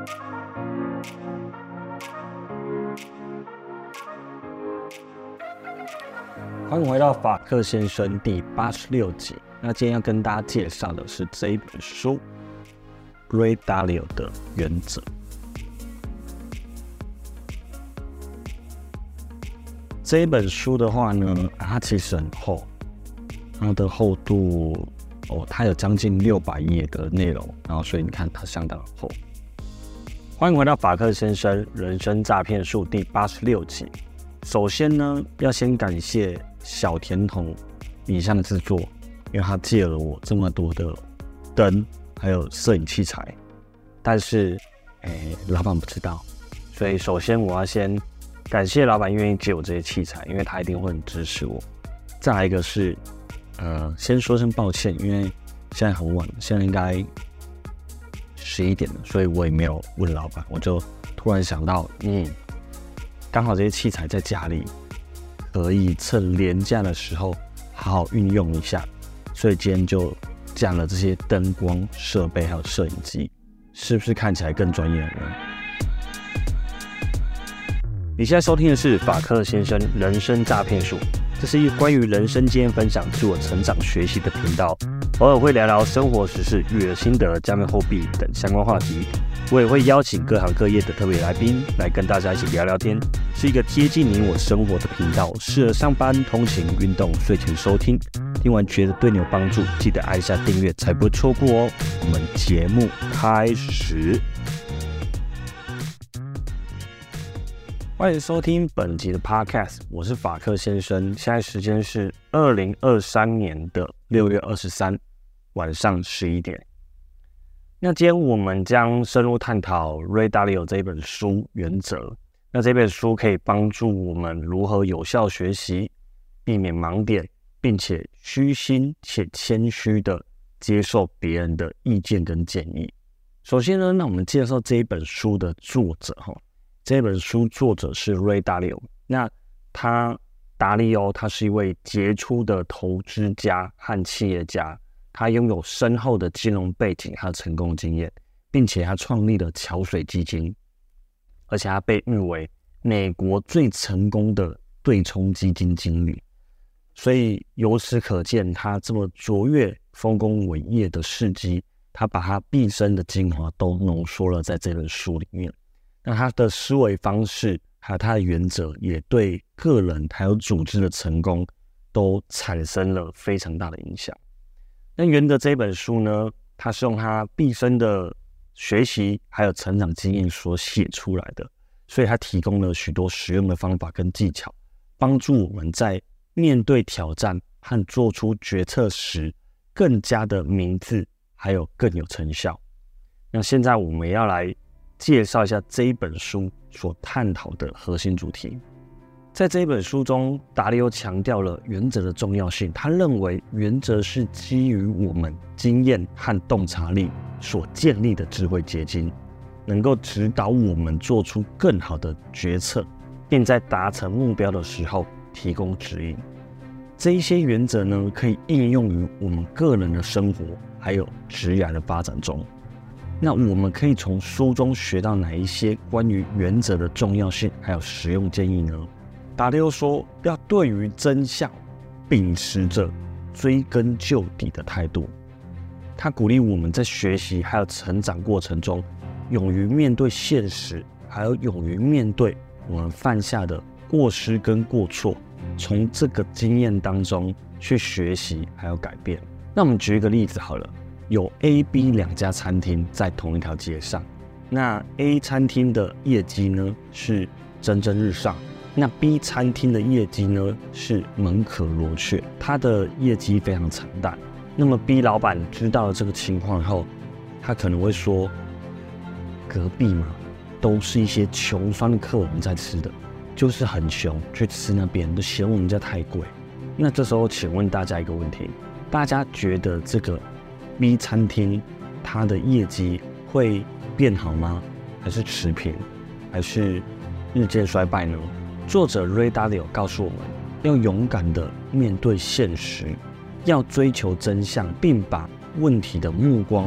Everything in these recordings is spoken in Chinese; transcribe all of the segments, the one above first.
欢迎回到法克先生第86集。那今天要跟大家介绍的是这一本书，Ray Dalio 的原则。这一本书的话呢，它其实很厚，它的厚度它有将近600页的内容，然后所以你看它相当厚。欢迎回到法克先生人生诈骗术第86集。首先呢，要先感谢小甜筒影像的制作，因为他借了我这么多的灯还有摄影器材，但是老板不知道，所以首先我要先感谢老板愿意借我这些器材，因为他一定会很支持我。再来一个是先说声抱歉，因为现在很晚，现在应该11点了，所以我也没有问老板，我就突然想到刚好这些器材在家里，可以趁连假的时候好好运用一下，所以今天就加了这些灯光设备还有摄影机，是不是看起来更专业了呢？你现在收听的是法克先生人生诈骗术，这是一个关于人生经验分享、自我成长学习的频道，偶尔会聊聊生活时事、育儿心得、加密货币等相关话题。我也会邀请各行各业的特别来宾来跟大家一起聊聊天，是一个贴近你我生活的频道，适合上班、通勤、运动、睡前收听。听完觉得对你有帮助，记得按下订阅，才不会错过哦。我们节目开始，欢迎收听本集的 Podcast， 我是法克先生，现在时间是2023年的6月23晚上11点。那今天我们将深入探讨 Ray Dalio 这一本书原则。那这本书可以帮助我们如何有效学习，避免盲点，并且虚心且谦虚的接受别人的意见跟建议。首先呢，那我们介绍这一本书的作者。这本书作者是 Ray Dalio。那达利欧他是一位杰出的投资家和企业家。他拥有深厚的金融背景和成功经验，并且他创立了桥水基金，而且他被誉为美国最成功的对冲基金经理。所以由此可见，他这么卓越、丰功伟业的事迹，他把他毕生的精华都浓缩了在这本书里面。那他的思维方式还有他的原则，也对个人还有组织的成功都产生了非常大的影响。那原则这本书呢，它是用他毕生的学习还有成长经验所写出来的，所以它提供了许多实用的方法跟技巧，帮助我们在面对挑战和做出决策时更加的明智，还有更有成效。那现在我们要来介绍一下这一本书所探讨的核心主题。在这一本书中，达利欧强调了原则的重要性。他认为原则是基于我们经验和洞察力所建立的智慧结晶，能够指导我们做出更好的决策，并在达成目标的时候提供指引。这一些原则呢，可以应用于我们个人的生活还有职业的发展中。那我们可以从书中学到哪一些关于原则的重要性还有实用建议呢？达利欧说，要对于真相秉持着追根究底的态度。他鼓励我们在学习还有成长过程中，勇于面对现实，还有勇于面对我们犯下的过失跟过错，从这个经验当中去学习还有改变。那我们举一个例子好了，有 A、B 两家餐厅在同一条街上，那 A 餐厅的业绩呢是蒸蒸日上，那 B 餐厅的业绩呢是门可罗雀，它的业绩非常惨淡。那么 B 老板知道了这个情况后，他可能会说，隔壁嘛都是一些穷酸的客人在吃的，就是很穷去吃那边，都嫌我们家太贵。那这时候请问大家一个问题，大家觉得这个 B 餐厅它的业绩会变好吗？还是持平？还是日渐衰败呢？作者 Ray Dalio 告诉我们，要勇敢地面对现实，要追求真相，并把问题的目光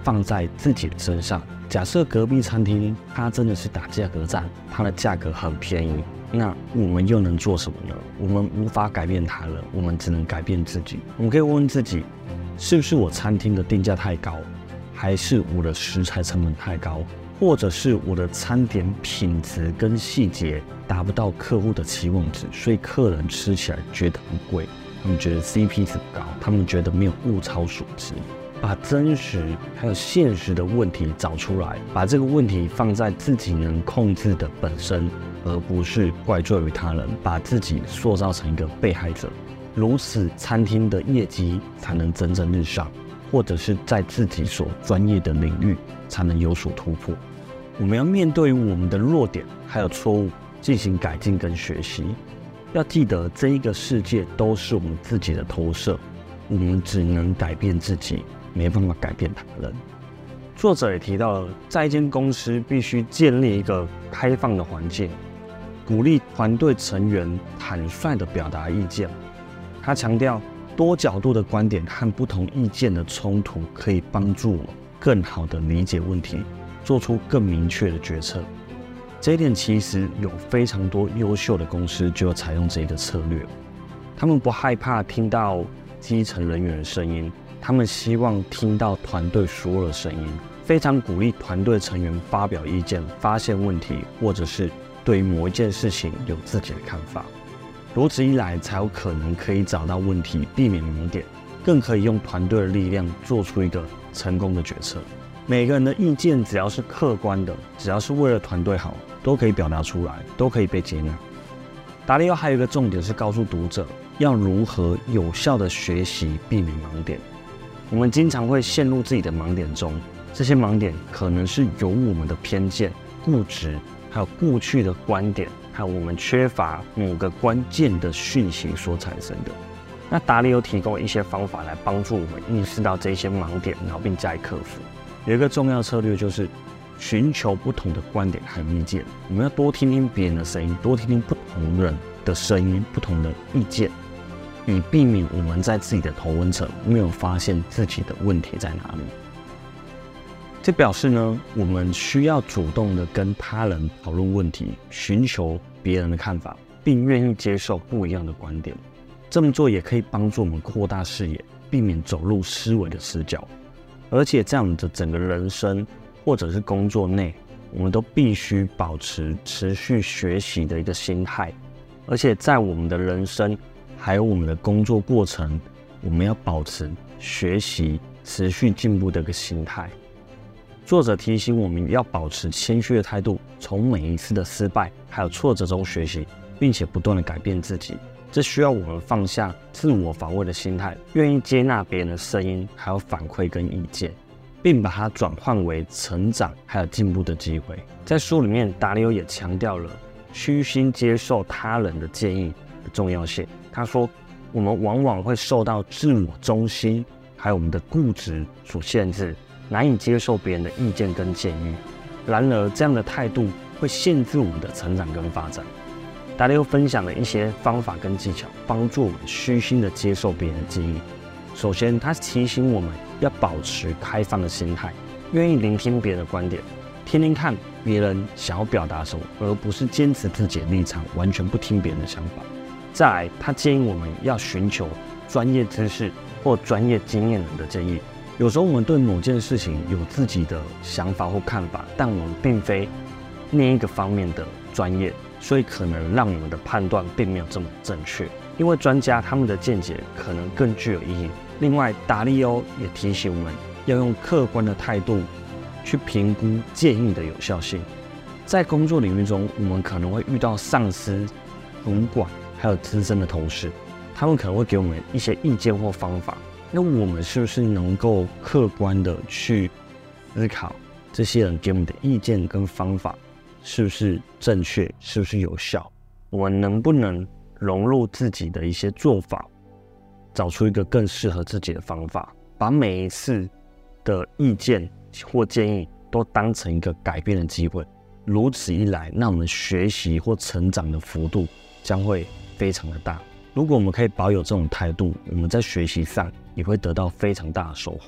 放在自己的身上。假设隔壁餐厅它真的是打价格战，它的价格很便宜，那我们又能做什么呢？我们无法改变它了，我们只能改变自己。我们可以问问自己，是不是我餐厅的定价太高，还是我的食材成本太高，或者是我的餐点品质跟细节达不到客户的期望值，所以客人吃起来觉得很贵，他们觉得 CP 值不高，他们觉得没有物超所值。把真实还有现实的问题找出来，把这个问题放在自己能控制的本身，而不是怪罪于他人，把自己塑造成一个被害者。如此，餐厅的业绩才能蒸蒸日上，或者是在自己所专业的领域才能有所突破。我们要面对我们的弱点还有错误，进行改进跟学习。要记得，这一个世界都是我们自己的投射，我们只能改变自己，没办法改变他人。作者也提到了，在一间公司必须建立一个开放的环境，鼓励团队成员坦率地表达意见。他强调，多角度的观点和不同意见的冲突可以帮助我们更好地理解问题，做出更明确的决策。这一点其实有非常多优秀的公司就采用这个策略，他们不害怕听到基层人员的声音，他们希望听到团队所有的声音，非常鼓励团队成员发表意见、发现问题，或者是对于某一件事情有自己的看法。如此一来，才有可能可以找到问题，避免盲点，更可以用团队的力量做出一个成功的决策。每个人的意见只要是客观的，只要是为了团队好，都可以表达出来，都可以被接纳。达利欧还有一个重点是告诉读者要如何有效的学习，避免盲点。我们经常会陷入自己的盲点中，这些盲点可能是由我们的偏见、固执，还有过去的观点，还有我们缺乏某个关键的讯息所产生的。那达利欧提供一些方法来帮助我们意识到这些盲点，然后并加以克服。有一个重要策略就是寻求不同的观点和意见，我们要多听听别人的声音，多听听不同人的声音、不同的意见，以避免我们在自己的头温层没有发现自己的问题在哪里。这表示呢，我们需要主动的跟他人讨论问题，寻求别人的看法，并愿意接受不一样的观点。这么做也可以帮助我们扩大视野，避免走入思维的死角。而且这样的整个人生或者是工作内，我们都必须保持持续学习的一个心态。而且在我们的人生还有我们的工作过程，我们要保持学习、持续进步的一个心态。作者提醒我们要保持谦虚的态度，从每一次的失败还有挫折中学习，并且不断的改变自己。这需要我们放下自我防卫的心态，愿意接纳别人的声音，还有反馈跟意见，并把它转换为成长还有进步的机会。在书里面，达利欧也强调了虚心接受他人的建议的重要性。他说，我们往往会受到自我中心还有我们的固执所限制，难以接受别人的意见跟建议。然而，这样的态度会限制我们的成长跟发展。达利欧分享了一些方法跟技巧，帮助我们虚心的接受别人的建议。首先，他提醒我们要保持开放的心态，愿意聆听别人的观点，听听看别人想要表达什么，而不是坚持自己的立场，完全不听别人的想法。再来，他建议我们要寻求专业知识或专业经验人的建议。有时候我们对某件事情有自己的想法或看法，但我们并非另一个方面的专业，所以可能让我们的判断并没有这么正确。因为专家他们的见解可能更具有意义。另外，达利欧也提醒我们要用客观的态度去评估建议的有效性。在工作领域中，我们可能会遇到上司、主管还有资深的同事，他们可能会给我们一些意见或方法。那我们是不是能够客观的去思考这些人给我们的意见跟方法是不是正确，是不是有效？我们能不能融入自己的一些做法，找出一个更适合自己的方法，把每一次的意见或建议都当成一个改变的机会。如此一来，那我们学习或成长的幅度将会非常的大。如果我们可以保有这种态度，我们在学习上也会得到非常大的收获。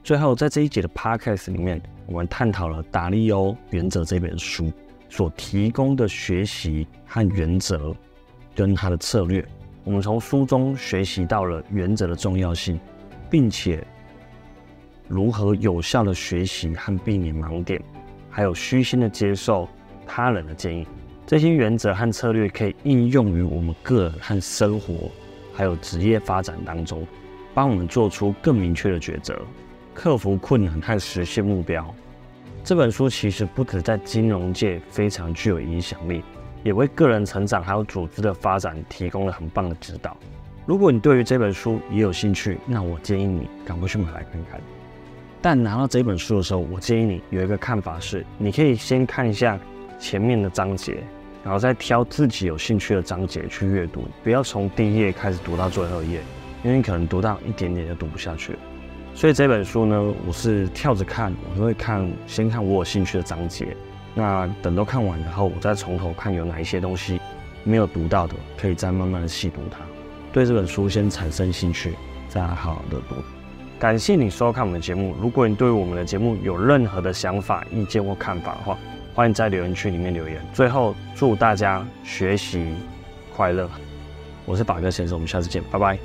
最后，在这一节的 podcast 里面，我们探讨了达利欧原则这本书所提供的学习和原则跟他的策略。我们从书中学习到了原则的重要性，并且如何有效的学习和避免盲点，还有虚心的接受他人的建议。这些原则和策略可以应用于我们个人和生活，还有职业发展当中，帮我们做出更明确的抉择，克服困难和实现目标。这本书其实不只在金融界非常具有影响力，也为个人成长还有组织的发展提供了很棒的指导。如果你对于这本书也有兴趣，那我建议你赶快去买来看看。但拿到这本书的时候，我建议你有一个看法是，你可以先看一下前面的章节，然后再挑自己有兴趣的章节去阅读，不要从第一页开始读到最后一页，因为你可能读到一点点就读不下去了。所以这本书呢，我是跳着看，我会先看我有兴趣的章节，那等都看完以后，我再从头看有哪一些东西没有读到的，可以再慢慢的细读它。对这本书先产生兴趣，再好好的读。感谢你收看我们的节目。如果你对我们的节目有任何的想法、意见或看法的话，欢迎在留言区里面留言。最后，祝大家学习快乐。我是法克先生，我们下次见，拜拜。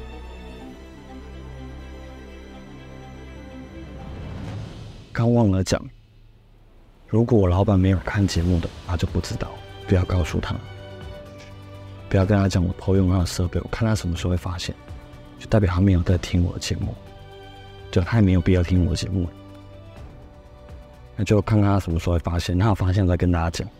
刚忘了讲，如果我老板没有看节目的，他就不知道，不要告诉他，不要跟他讲我偷用他的设备，我看他什么时候会发现，就代表他没有在听我的节目，就他也没有必要听我的节目，那就看看他什么时候会发现，他有发现再跟大家讲。